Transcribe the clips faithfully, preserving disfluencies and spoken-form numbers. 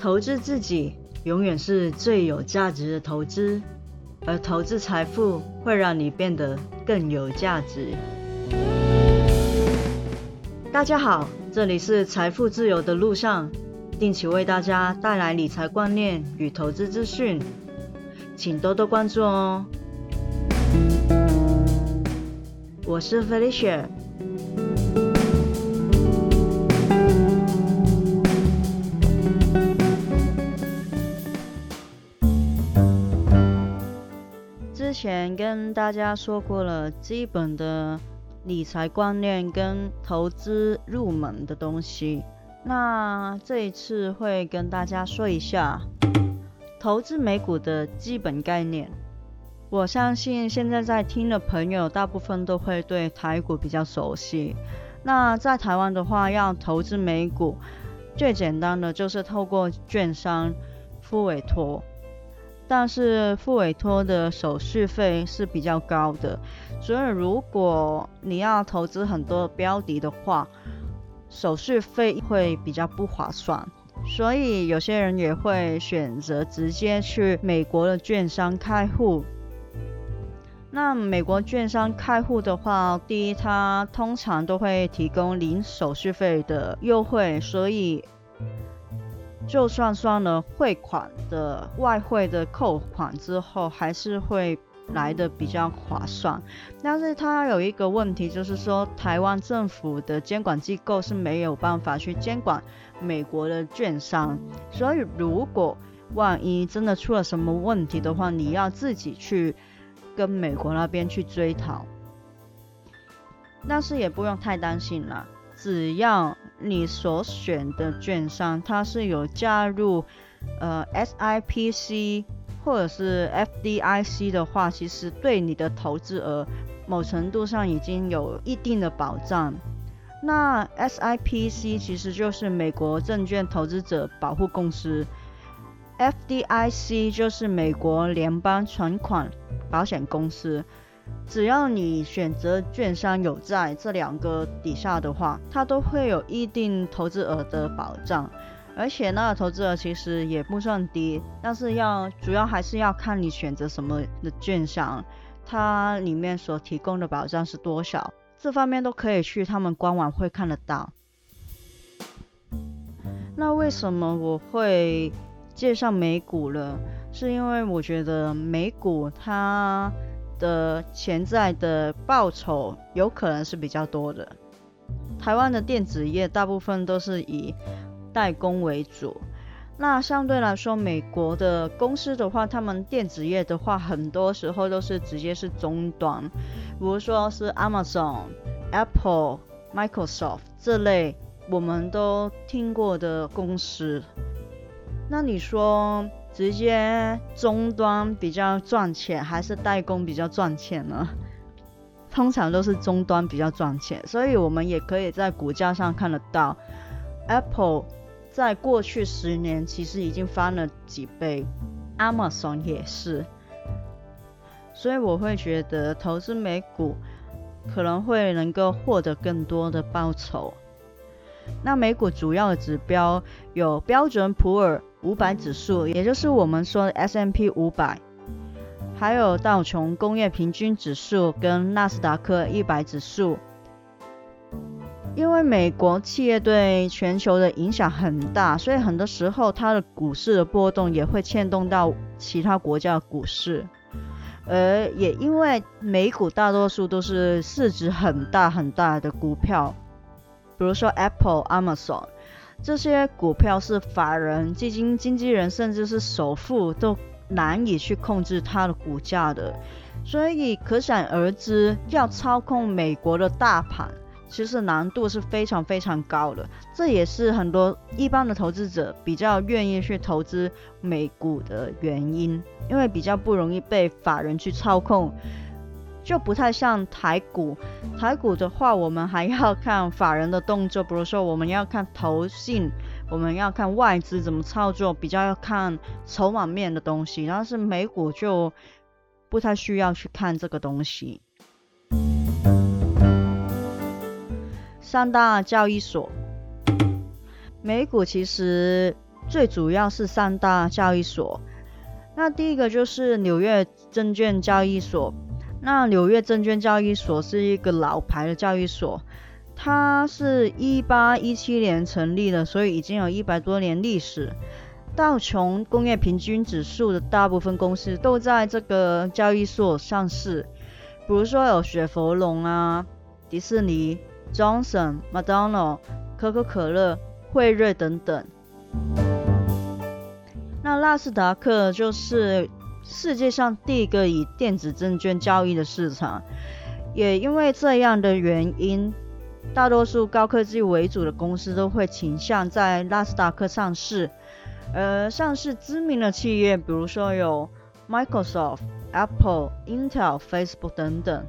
投资自己永远是最有价值的投资，而投资财富会让你变得更有价值。大家好，这里是财富自由的路上，定期为大家带来理财观念与投资资讯，请多多关注哦。我是 Felicia。之前跟大家说过了基本的理财观念跟投资入门的东西，那这一次会跟大家说一下投资美股的基本概念。我相信现在在听的朋友大部分都会对台股比较熟悉。那在台湾的话，要投资美股最简单的就是透过券商付委托，但是付委托的手续费是比较高的，所以如果你要投资很多标的的话，手续费会比较不划算，所以有些人也会选择直接去美国的券商开户。那美国券商开户的话，第一，它通常都会提供零手续费的优惠，所以就算算了汇款的外汇的扣款之后，还是会来的比较划算。但是它有一个问题，就是说台湾政府的监管机构是没有办法去监管美国的券商，所以如果万一真的出了什么问题的话，你要自己去跟美国那边去追讨。但是也不用太担心啦，只要你所选的券商它是有加入呃 S I P C 或者是 F D I C 的话，其实对你的投资额某程度上已经有一定的保障。那 S I P C 其实就是美国证券投资者保护公司， F D I C 就是美国联邦存款保险公司。只要你选择券商有在这两个底下的话，它都会有一定投资额的保障，而且那个投资额其实也不算低，但是要主要还是要看你选择什么的券商，它里面所提供的保障是多少，这方面都可以去他们官网会看得到。那为什么我会介绍美股了？是因为我觉得美股它的潜在的报酬有可能是比较多的。台湾的电子业大部分都是以代工为主，那相对来说美国的公司的话，他们电子业的话很多时候都是直接是终端，比如说是 Amazon、Apple、Microsoft 这类我们都听过的公司。那你说直接终端比较赚钱还是代工比较赚钱呢？通常都是终端比较赚钱，所以我们也可以在股价上看得到 Apple 在过去十年其实已经翻了几倍， Amazon 也是，所以我会觉得投资美股可能会能够获得更多的报酬。那美股主要的指标有标准普尔五百指数，也就是我们说的 S and P 五百，还有道琼工业平均指数跟纳斯达克一百指数。因为美国企业对全球的影响很大，所以很多时候它的股市的波动也会牵动到其他国家的股市。而也因为美股大多数都是市值很大很大的股票，比如说 Apple、Amazon， 这些股票是法人、基金经纪人甚至是首富都难以去控制它的股价的，所以可想而知，要操控美国的大盘其实难度是非常非常高的。这也是很多一般的投资者比较愿意去投资美股的原因，因为比较不容易被法人去操控，就不太像台股。台股的话，我们还要看法人的动作，比如说我们要看投信，我们要看外资怎么操作，比较要看筹码面的东西。但是美股就不太需要去看这个东西。三大交易所，美股其实最主要是三大交易所。那第一个就是纽约证券交易所。那纽约证券交易所是一个老牌的交易所，它是一八一七年成立的，所以已经有一百多年历史。道琼工业平均指数的大部分公司都在这个交易所上市，比如说有雪佛龙啊、迪士尼、Johnson、麦当劳、可口可乐、惠瑞等等。那纳斯达克就是世界上第一个以电子证券交易的市场，也因为这样的原因，大多数高科技为主的公司都会倾向在纳斯达克上市。而上市知名的企业，比如说有 Microsoft、Apple、Intel、Facebook 等等。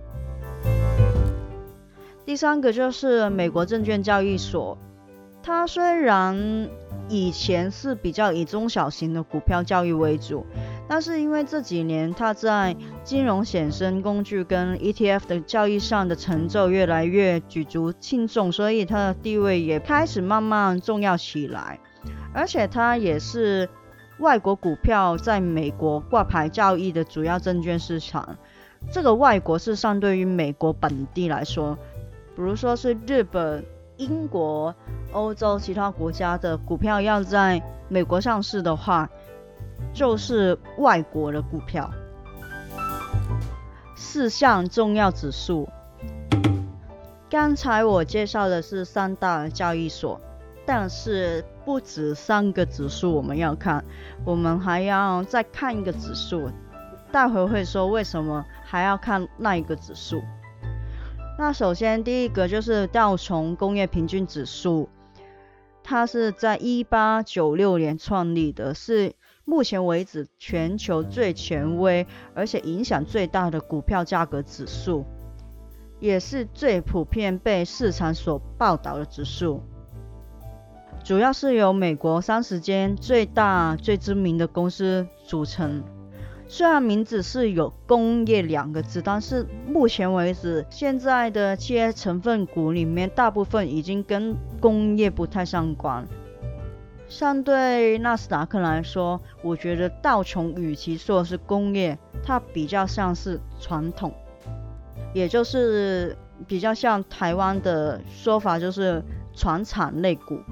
第三个就是美国证券交易所，它虽然以前是比较以中小型的股票交易为主，但是因为这几年它在金融衍生工具跟 E T F 的交易上的成就越来越举足轻重，所以它的地位也开始慢慢重要起来。而且它也是外国股票在美国挂牌交易的主要证券市场。这个外国是相对于美国本地来说，比如说是日本、英国、欧洲其他国家的股票要在美国上市的话，就是外国的股票。四项重要指数，刚才我介绍的是三大交易所，但是不止三个指数我们要看，我们还要再看一个指数，待会会说为什么还要看那一个指数。那首先第一个就是道琼工业平均指数，它是在一八九六年创立的，是目前为止全球最权威而且影响最大的股票价格指数，也是最普遍被市场所报道的指数。主要是由美国三十间最大最知名的公司组成，虽然名字是有工业两个字，但是目前为止现在的企业成分股里面大部分已经跟工业不太相关。相对纳斯达克来说，我觉得道琼与其说是工业，它比较像是传统，也就是比较像台湾的说法，就是传产类股。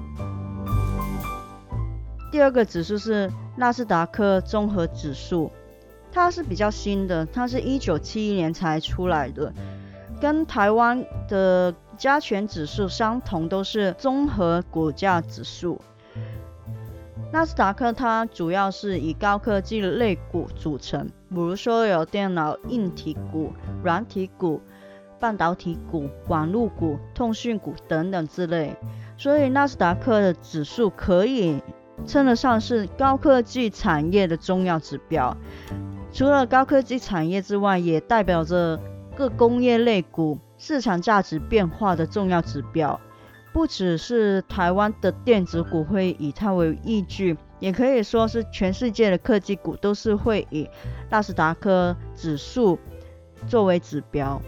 第二个指数是纳斯达克综合指数，它是比较新的，它是一九七一年才出来的，跟台湾的加权指数相同，都是综合股价指数。纳斯达克它主要是以高科技类股组成，比如说有电脑硬体股、软体股、半导体股、网路股、通讯股等等之类，所以纳斯达克的指数可以称得上是高科技产业的重要指标。除了高科技产业之外，也代表着各工业类股市场价值变化的重要指标。不只是台湾的电子股会以它为依据，也可以说是全世界的科技股都是会以纳斯达克指数作为指标。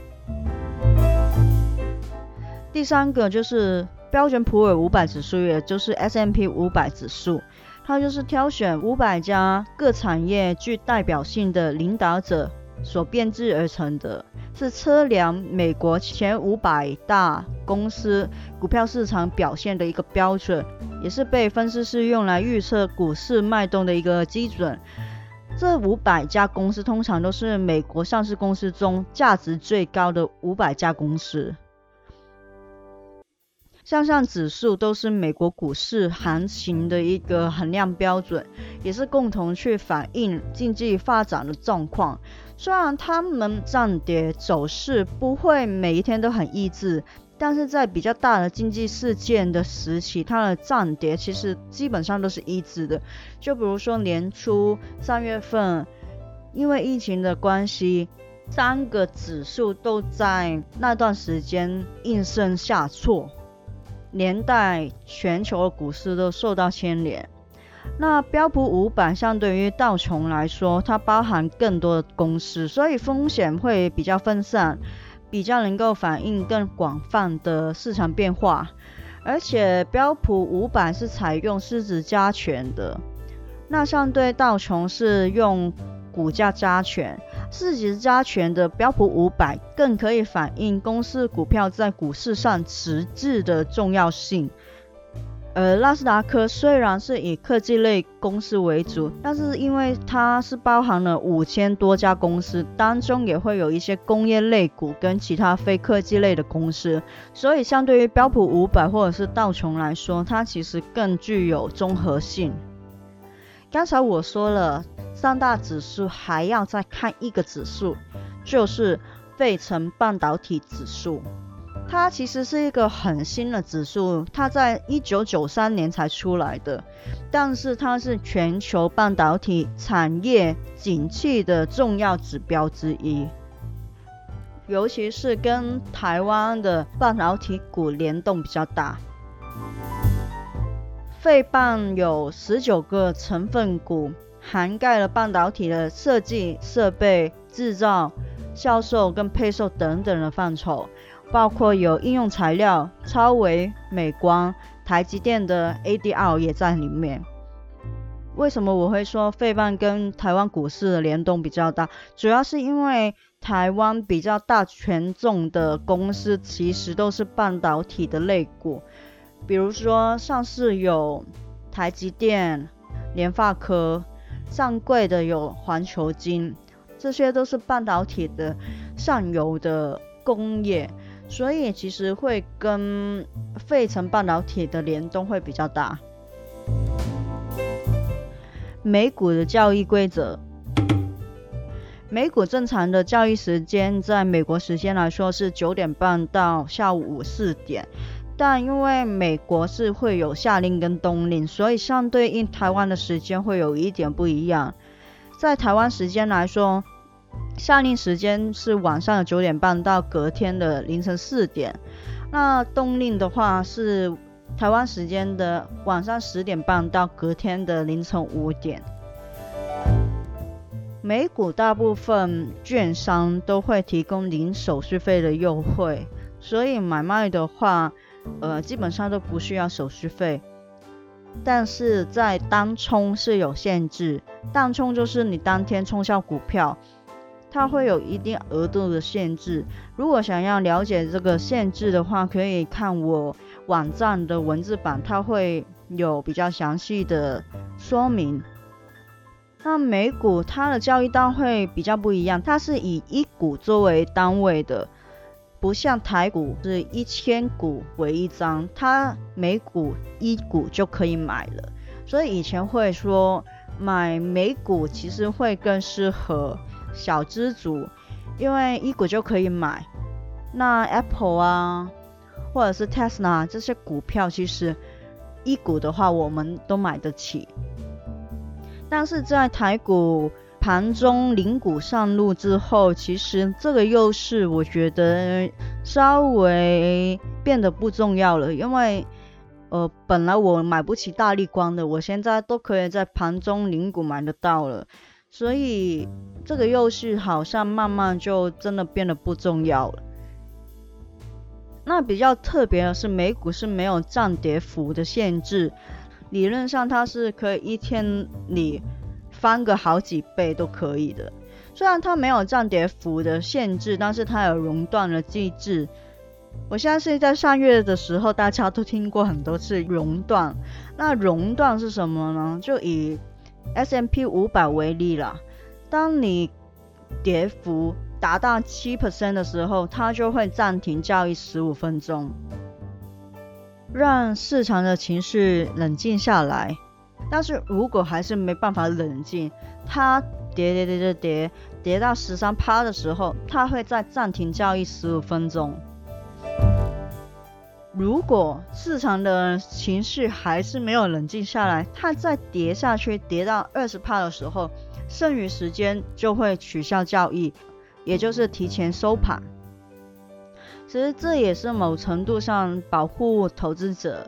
第三个就是标准普尔五百指数，也就是 S and P 五百 指数，它就是挑选五百家各产业具代表性的领导者所编制而成的，是测量美国前五百大公司股票市场表现的一个标准，也是被分析师用来预测股市脉动的一个基准。这五百家公司通常都是美国上市公司中价值最高的五百家公司。向上指数都是美国股市行情的一个衡量标准，也是共同去反映经济发展的状况。虽然它们涨跌走势不会每一天都很一致，但是在比较大的经济事件的时期，它的涨跌其实基本上都是一致的。就比如说年初三月份，因为疫情的关系，三个指数都在那段时间应声下挫，连带全球的股市都受到牵连。那标普五百相对于道琼来说，它包含更多的公司，所以风险会比较分散，比较能够反映更广泛的市场变化。 而且标普五百是采用市值加权的，那相对道琼是用股价加权。市值加权的标普五百更可以反映公司股票在股市上实质的重要性。而纳斯达克虽然是以科技类公司为主，但是因为它是包含了五千多家公司，当中也会有一些工业类股跟其他非科技类的公司，所以相对于标普五百或者是道琼来说，它其实更具有综合性。刚才我说了三大指数，还要再看一个指数，就是费城半导体指数。它其实是一个很新的指数，它在一九九三年才出来的，但是它是全球半导体产业景气的重要指标之一，尤其是跟台湾的半导体股联动比较大。费半有十九个成分股，涵盖了半导体的设计、设备、制造、销售跟配售等等的范畴，包括有应用材料、超微、美光、台积电的 A D R 也在里面。为什么我会说费半跟台湾股市的联动比较大？主要是因为台湾比较大权重的公司其实都是半导体的类股，比如说上市有台积电、联发科，上柜的有环球晶，这些都是半导体的上游的工业，所以其实会跟费城半导体的联动会比较大。美股的交易规则，美股正常的交易时间在美国时间来说是九点半到下午四点，但因为美国是会有夏令跟冬令，所以相对应台湾的时间会有一点不一样。在台湾时间来说，夏令时间是晚上的九点半到隔天的凌晨四点，那冬令的话是台湾时间的晚上十点半到隔天的凌晨五点。美股大部分券商都会提供零手续费的优惠，所以买卖的话呃，基本上都不需要手续费。但是在当冲是有限制，当冲就是你当天冲销股票，它会有一定额度的限制。如果想要了解这个限制的话，可以看我网站的文字版，它会有比较详细的说明。那美股它的交易单会比较不一样，它是以一股作为单位的，不像台股是一千股为一张，它美股一股就可以买了。所以以前会说买美股其实会更适合小资族，因为一股就可以买。那 Apple 啊或者是 Tesla 这些股票其实一股的话我们都买得起，但是在台股盘中零股上路之后，其实这个优势我觉得稍微变得不重要了，因为呃，本来我买不起大立光的，我现在都可以在盘中零股买得到了，所以这个优势好像慢慢就真的变得不重要了。那比较特别的是美股是没有涨跌幅的限制，理论上它是可以一天里翻个好几倍都可以的。虽然它没有涨跌幅的限制，但是它有熔断的机制。我相信在上月的时候大家都听过很多次熔断。那熔断是什么呢？就以 S and P 五百 为例啦，当你跌幅达到 百分之七 的时候，它就会暂停交易十五分钟，让市场的情绪冷静下来。但是如果还是没办法冷静，它跌跌跌跌跌跌到 百分之十三 的时候，它会再暂停交易十五分钟。如果市场的情绪还是没有冷静下来，它再跌下去，跌到 百分之二十 的时候，剩余时间就会取消交易，也就是提前收盘。其实这也是某程度上保护投资者。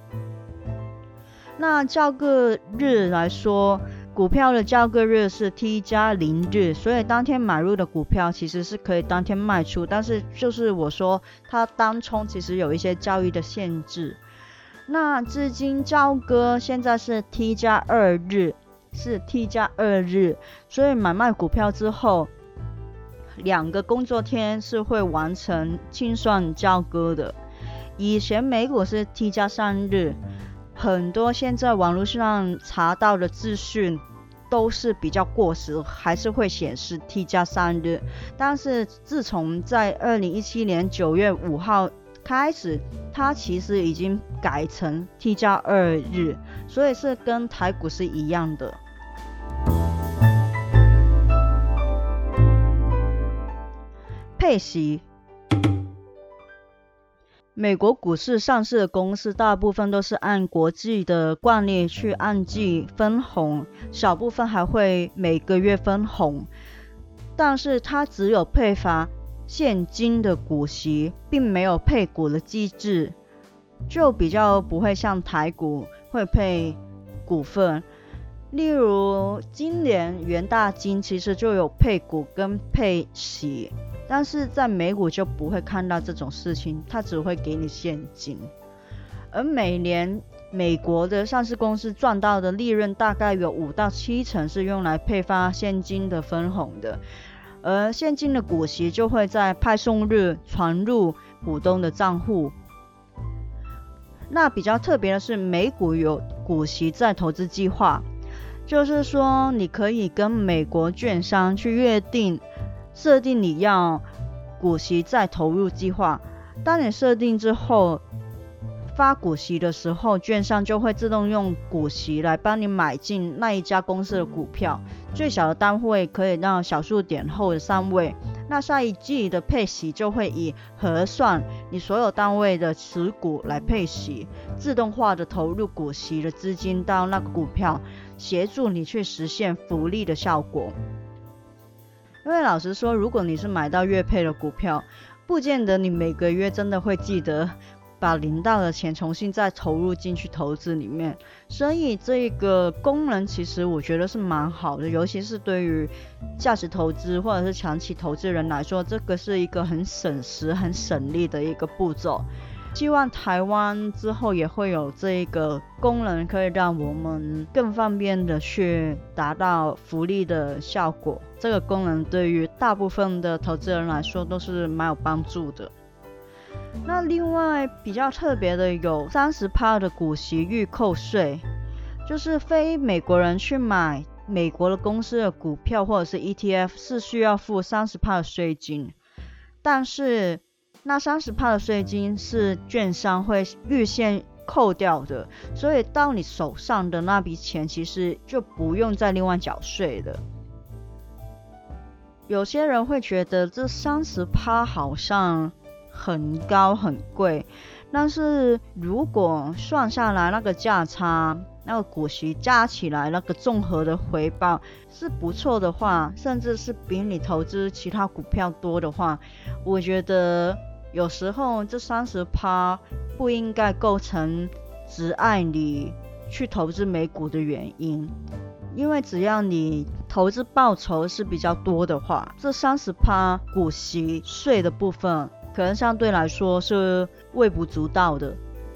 那交割日来说，股票的交割日是 T 加零日，所以当天买入的股票其实是可以当天卖出，但是就是我说它当冲其实有一些交易的限制。 那资金交割现在是 T 加二日，是 T 加二日，所以买卖股票之后，两个工作天是会完成清算交割的。以前美股是 T 加三日，很多现在网络上查到的资讯都是比较过时，还是会显示 T 加三日。但是自从在二零一七年九月五号开始，它其实已经改成 T 加二日，所以是跟台股是一样的。配息，美国股市上市的公司大部分都是按国际的惯例去按季分红，小部分还会每个月分红，但是它只有配发现金的股息，并没有配股的机制，就比较不会像台股会配股份。例如今年元大金其实就有配股跟配息，但是在美股就不会看到这种事情，它只会给你现金。而每年美国的上市公司赚到的利润大概有五到七成是用来配发现金的分红的，而现金的股息就会在派送日传入股东的账户。那比较特别的是，美股有股息再投资计划，就是说你可以跟美国券商去约定设定你要股息再投入计划，当你设定之后，发股息的时候，券商就会自动用股息来帮你买进那一家公司的股票，最小的单位可以到小数点后的三位。那下一季的配息就会以核算你所有单位的持股来配息，自动化的投入股息的资金到那个股票，协助你去实现复利的效果。因为老实说，如果你是买到月配的股票，不见得你每个月真的会记得把领到的钱重新再投入进去投资里面，所以这个功能其实我觉得是蛮好的，尤其是对于价值投资或者是长期投资人来说，这个是一个很省时很省力的一个步骤。希望台湾之后也会有这一个功能，可以让我们更方便的去达到复利的效果。这个功能对于大部分的投资人来说都是蛮有帮助的。那另外比较特别的有 百分之三十 的股息预扣税，就是非美国人去买美国的公司的股票或者是 E T F 是需要付 百分之三十 的税金，但是那 百分之三十 的税金是券商会预先扣掉的，所以到你手上的那笔钱其实就不用再另外缴税了。有些人会觉得这 百分之三十 好像很高很贵，但是如果算下来那个价差，那个股息加起来那个综合的回报是不错的话，甚至是比你投资其他股票多的话，我觉得有时候这 百分之三十 不应该构成只爱你去投资美股的原因，因为只要你投资报酬是比较多的话，这 百分之三十 股息税的部分可能相对来说是微不足道的。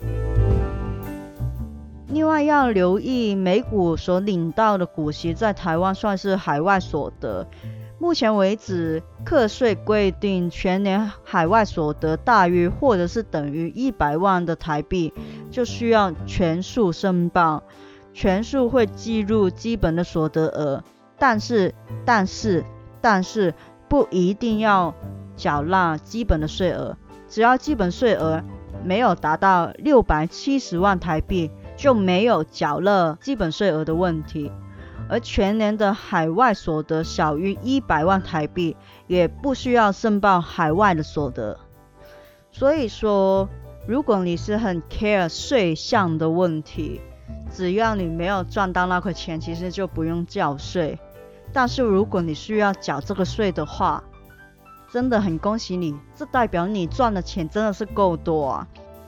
另外要留意，美股所领到的股息在台湾算是海外所得，目前为止课税规定全年海外所得大于或者是等于一百万的台币，就需要全数申报，全数会计入基本的所得额，但是但是但是不一定要缴纳基本的税额，只要基本税额没有达到六百七十万台币，就没有缴纳基本税额的问题。而全年的海外所得小于一百万台币，也不需要申报海外的所得。所以说，如果你是很 care 税项的问题，只要你没有赚到那块钱，其实就不用缴税。但是如果你需要缴这个税的话，真的很恭喜你，这代表你赚的钱真的是够多啊。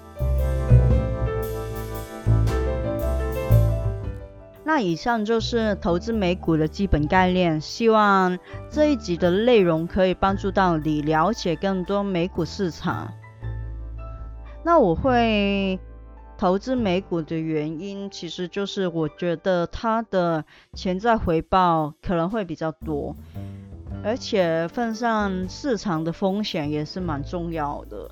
那以上就是投资美股的基本概念，希望这一集的内容可以帮助到你了解更多美股市场。那我会投资美股的原因，其实就是我觉得它的潜在回报可能会比较多，而且分散市场的风险也是蛮重要的。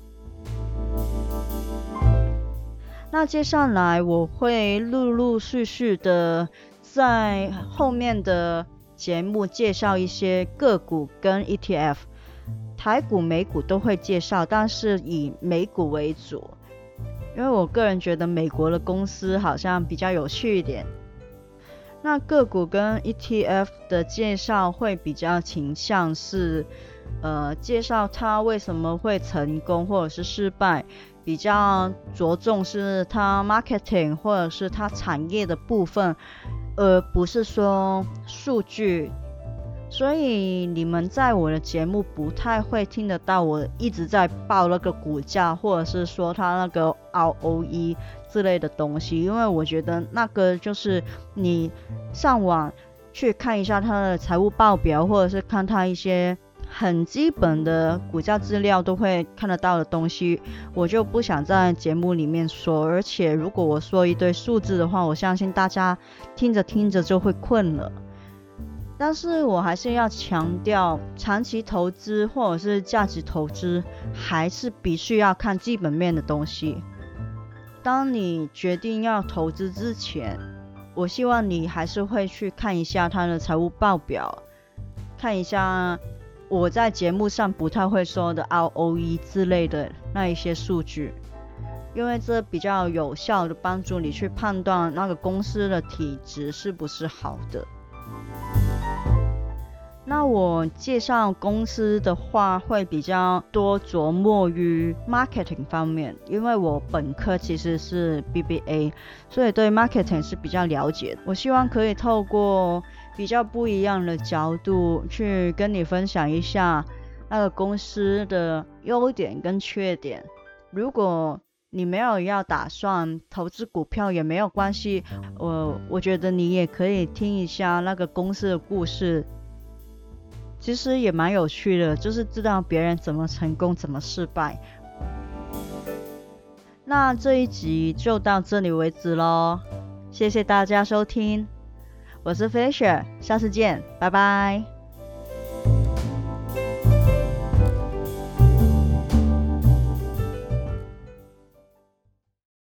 那接下来我会陆陆续续的在后面的节目介绍一些个股跟 E T F， 台股美股都会介绍，但是以美股为主，因为我个人觉得美国的公司好像比较有趣一点。那个股跟 E T F 的介绍会比较倾向是呃介绍它为什么会成功或者是失败，比较着重是它 marketing 或者是它产业的部分，而不是说数据。所以你们在我的节目不太会听得到我一直在报那个股价，或者是说它那个 R O E 之类的东西，因为我觉得那个就是你上网去看一下它的财务报表，或者是看它一些很基本的股价资料都会看得到的东西，我就不想在节目里面说。而且如果我说一堆数字的话，我相信大家听着听着就会困了。但是我还是要强调，长期投资或者是价值投资还是必须要看基本面的东西。当你决定要投资之前，我希望你还是会去看一下它的财务报表，看一下我在节目上不太会说的 R O E 之类的那一些数据，因为这比较有效的帮助你去判断那个公司的体质是不是好的。那我介绍公司的话会比较多琢磨于 marketing 方面，因为我本科其实是 B B A， 所以对 marketing 是比较了解的。我希望可以透过比较不一样的角度去跟你分享一下那个公司的优点跟缺点。如果你没有要打算投资股票也没有关系，我我觉得你也可以听一下那个公司的故事，其实也蛮有趣的，就是知道别人怎么成功怎么失败。那这一集就到这里为止咯，谢谢大家收听，我是 Fisher， 下次见，拜拜。